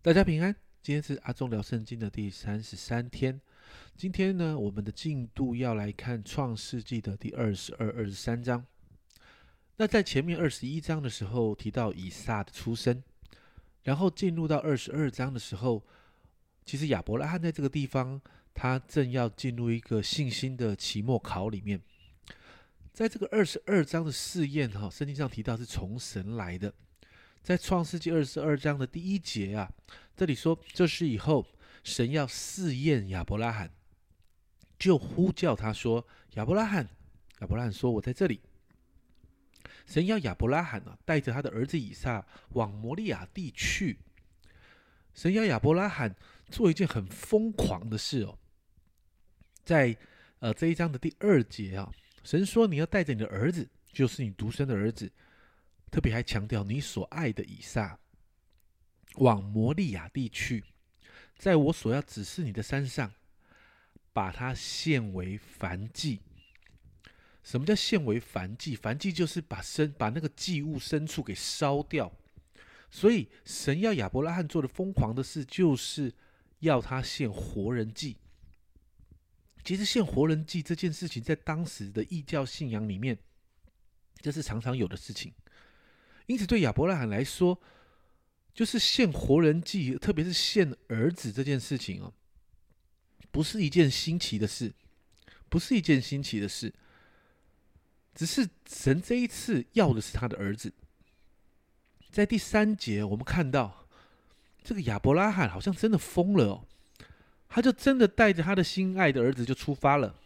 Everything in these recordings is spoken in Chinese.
大家平安，今天是阿忠聊圣经的第33天。今天呢，我们的进度要来看创世纪的第22、23章。那在前面21章的时候提到以撒的出生，然后进入到22章的时候，其实亚伯拉罕在这个地方，他正要进入一个信心的期末考里面。在这个22章的试验，圣经上提到是从神来的。在创世纪22章的第1节啊，这里说，这是以后神要试验亚伯拉罕，就呼叫他说：“亚伯拉罕。”亚伯拉罕说：“我在这里。”神要亚伯拉罕带着他的儿子以撒往摩利亚地去。神要亚伯拉罕做一件很疯狂的事哦。在这一章的第2节啊，神说：“你要带着你的儿子，就是你独生的儿子。”特别还强调你所爱的以撒往摩利亚地去，在我所要指示你的山上，把它献为燔祭。什么叫献为燔祭？燔祭就是把那个祭物牲畜给烧掉。所以神要亚伯拉罕做的疯狂的事，就是要他献活人祭。其实献活人祭这件事情，在当时的异教信仰里面，这是常常有的事情。因此对亚伯拉罕来说，就是献活人祭，特别是献儿子这件事情不是一件新奇的事，只是神这一次要的是他的儿子。在第3节我们看到，这个亚伯拉罕好像真的疯了他就真的带着他的心爱的儿子就出发了。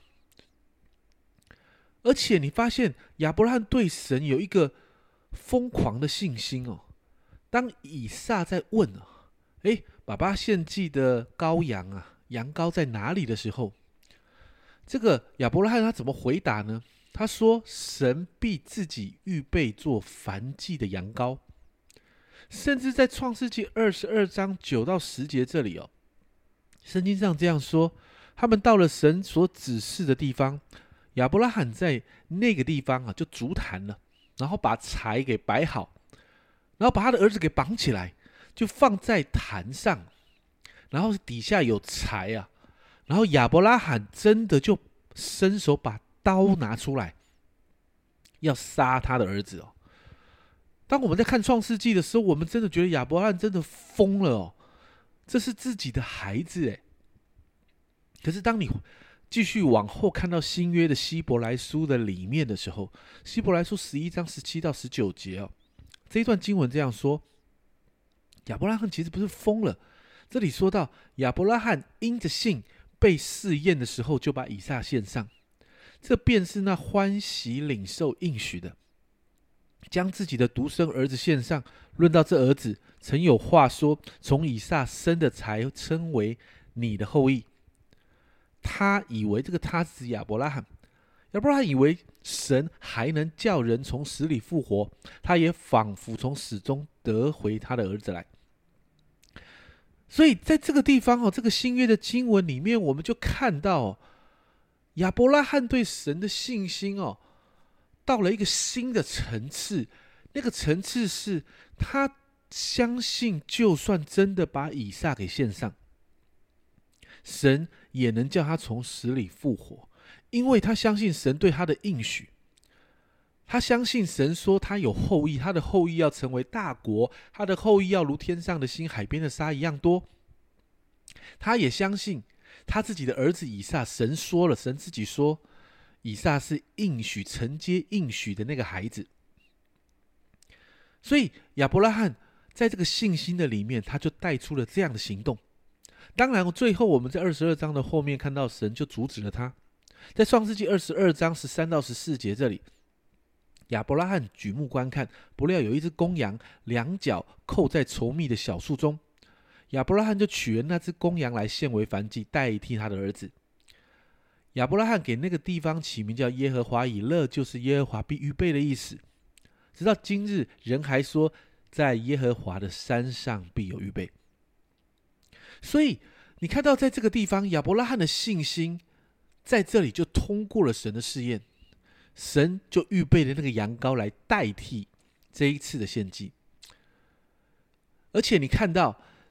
而且你发现亚伯拉罕对神有一个疯狂的信心当以撒在问爸爸献祭的羔羊羊羔在哪里的时候，这个亚伯拉罕他怎么回答呢？他说：“神必自己预备做燔祭的羊羔。”甚至在创世纪22章9到10节这里圣经上这样说：他们到了神所指示的地方，亚伯拉罕在那个地方就筑坛了，然后把柴给摆好，然后把他的儿子给绑起来，就放在坛上，然后底下有柴然后亚伯拉罕真的就伸手把刀拿出来，要杀他的儿子当我们在看创世纪的时候，我们真的觉得亚伯拉罕真的疯了这是自己的孩子可是当你继续往后看到新约的希伯来书的里面的时候，希伯来书11章17到19节这一段经文这样说：亚伯拉罕其实不是疯了，这里说到亚伯拉罕因着信被试验的时候，就把以撒献上，这便是那欢喜领受应许的，将自己的独生儿子献上。论到这儿子，曾有话说：从以撒生的才称为你的后裔。他以为这个他是亚伯拉罕以为神还能叫人从死里复活，他也仿佛从死中得回他的儿子来。所以在这个地方这个新约的经文里面，我们就看到亚伯拉罕对神的信心到了一个新的层次。那个层次是他相信，就算真的把以撒给献上，神也能叫他从死里复活，因为他相信神对他的应许。他相信神说他有后裔，他的后裔要成为大国，他的后裔要如天上的星、海边的沙一样多。他也相信他自己的儿子以撒，神自己说以撒是应许承接应许的那个孩子。所以亚伯拉罕在这个信心的里面，他就带出了这样的行动。当然最后我们在22章的后面看到神就阻止了他。在创世纪22章13到14节这里，亚伯拉罕举目观看，不料有一只公羊，两脚扣在稠密的小树中。亚伯拉罕就取了那只公羊来献为燔祭，代替他的儿子。亚伯拉罕给那个地方起名叫耶和华以勒，就是耶和华必预备的意思。直到今日，人还说在耶和华的山上必有预备。所以你看到在这个地方，亚伯拉罕的信心在这里就通过了神的试验，神就预备了那个羊羔来代替这一次的献祭。而且你看到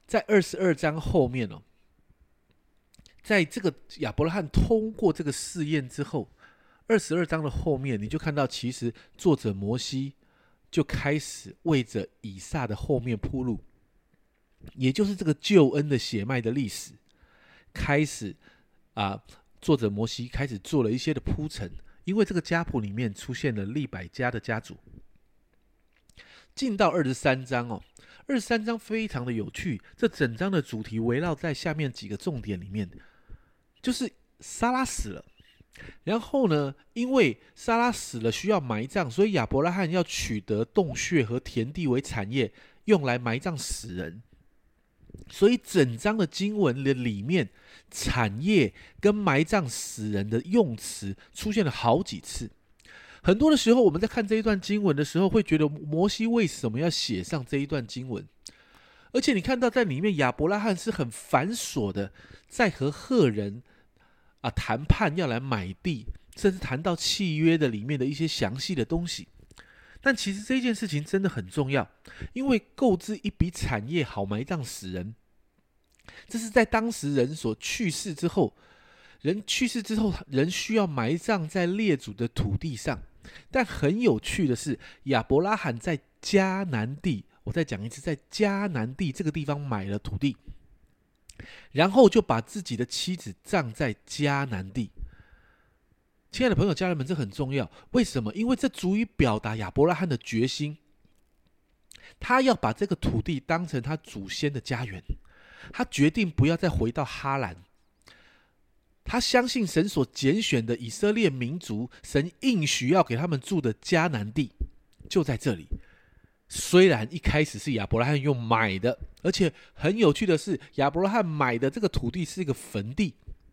在22章后面哦，在这个亚伯拉罕通过这个试验之后，22章的后面你就看到，其实作者摩西就开始为着以撒的后面铺路，也就是这个救恩的血脉的历史开始作者摩西开始做了一些的铺陈，因为这个家谱里面出现了利百加的家族。进到23章哦，23章非常的有趣，这整章的主题围绕在下面几个重点里面，就是撒拉死了，然后呢，因为撒拉死了需要埋葬，所以亚伯拉罕要取得洞穴和田地为产业，用来埋葬死人。所以整章的经文的里面，产业跟埋葬死人的用词出现了好几次。很多的时候，我们在看这一段经文的时候，会觉得摩西为什么要写上这一段经文？而且你看到在里面，亚伯拉罕是很繁琐的，在和赫人谈判要来买地，甚至谈到契约的里面的一些详细的东西。但其实这件事情真的很重要，因为购置一笔产业好埋葬死人，这是在当时人所去世之后，人需要埋葬在列祖的土地上。但很有趣的是，亚伯拉罕在迦南地，我再讲一次，在迦南地这个地方买了土地，然后就把自己的妻子葬在迦南地。亲爱的朋友、家人们，这很重要。为什么？因为这足以表达亚伯拉罕的决心，他要把这个土地当成他祖先的家园，他决定不要再回到哈兰。他相信神所拣选的以色列民族，神应许要给他们住的迦南地就在这里。虽然一开始是亚伯拉罕用买的，而且很有趣的是，亚伯拉罕买的这个土地是一个坟地。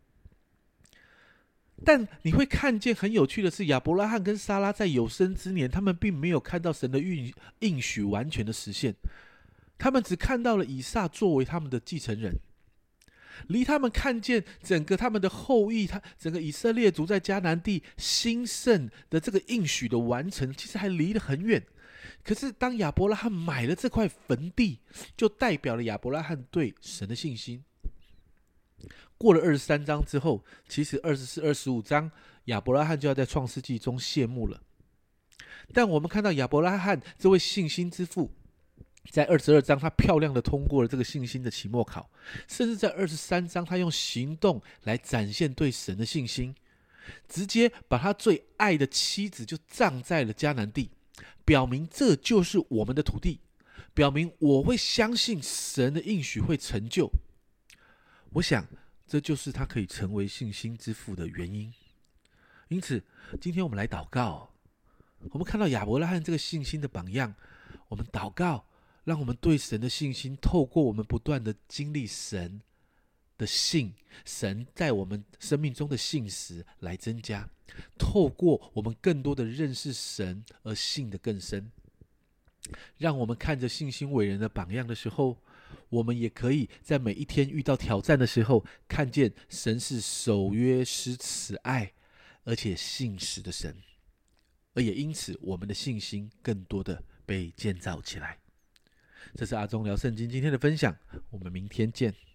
但你会看见很有趣的是，亚伯拉罕跟撒拉在有生之年，他们并没有看到神的应许完全的实现，他们只看到了以撒作为他们的继承人。离他们看见整个他们的后裔，整个以色列族在迦南地兴盛的这个应许的完成，其实还离得很远。可是当亚伯拉罕买了这块坟地，就代表了亚伯拉罕对神的信心。过了23章之后，其实24、25章亚伯拉罕就要在创世纪中谢幕了。但我们看到亚伯拉罕这位信心之父，在22章他漂亮的通过了这个信心的期末考，甚至在23章他用行动来展现对神的信心，直接把他最爱的妻子就葬在了迦南地，表明这就是我们的土地，表明我会相信神的应许会成就。我想这就是他可以成为信心之父的原因。因此今天我们来祷告，我们看到亚伯拉罕这个信心的榜样，我们祷告，让我们对神的信心透过我们不断的经历神的信，神在我们生命中的信实来增加，透过我们更多的认识神而信得更深。让我们看着信心伟人的榜样的时候，我们也可以在每一天遇到挑战的时候，看见神是守约施慈爱而且信实的神，而也因此我们的信心更多的被建造起来。这是阿忠聊圣经今天的分享，我们明天见。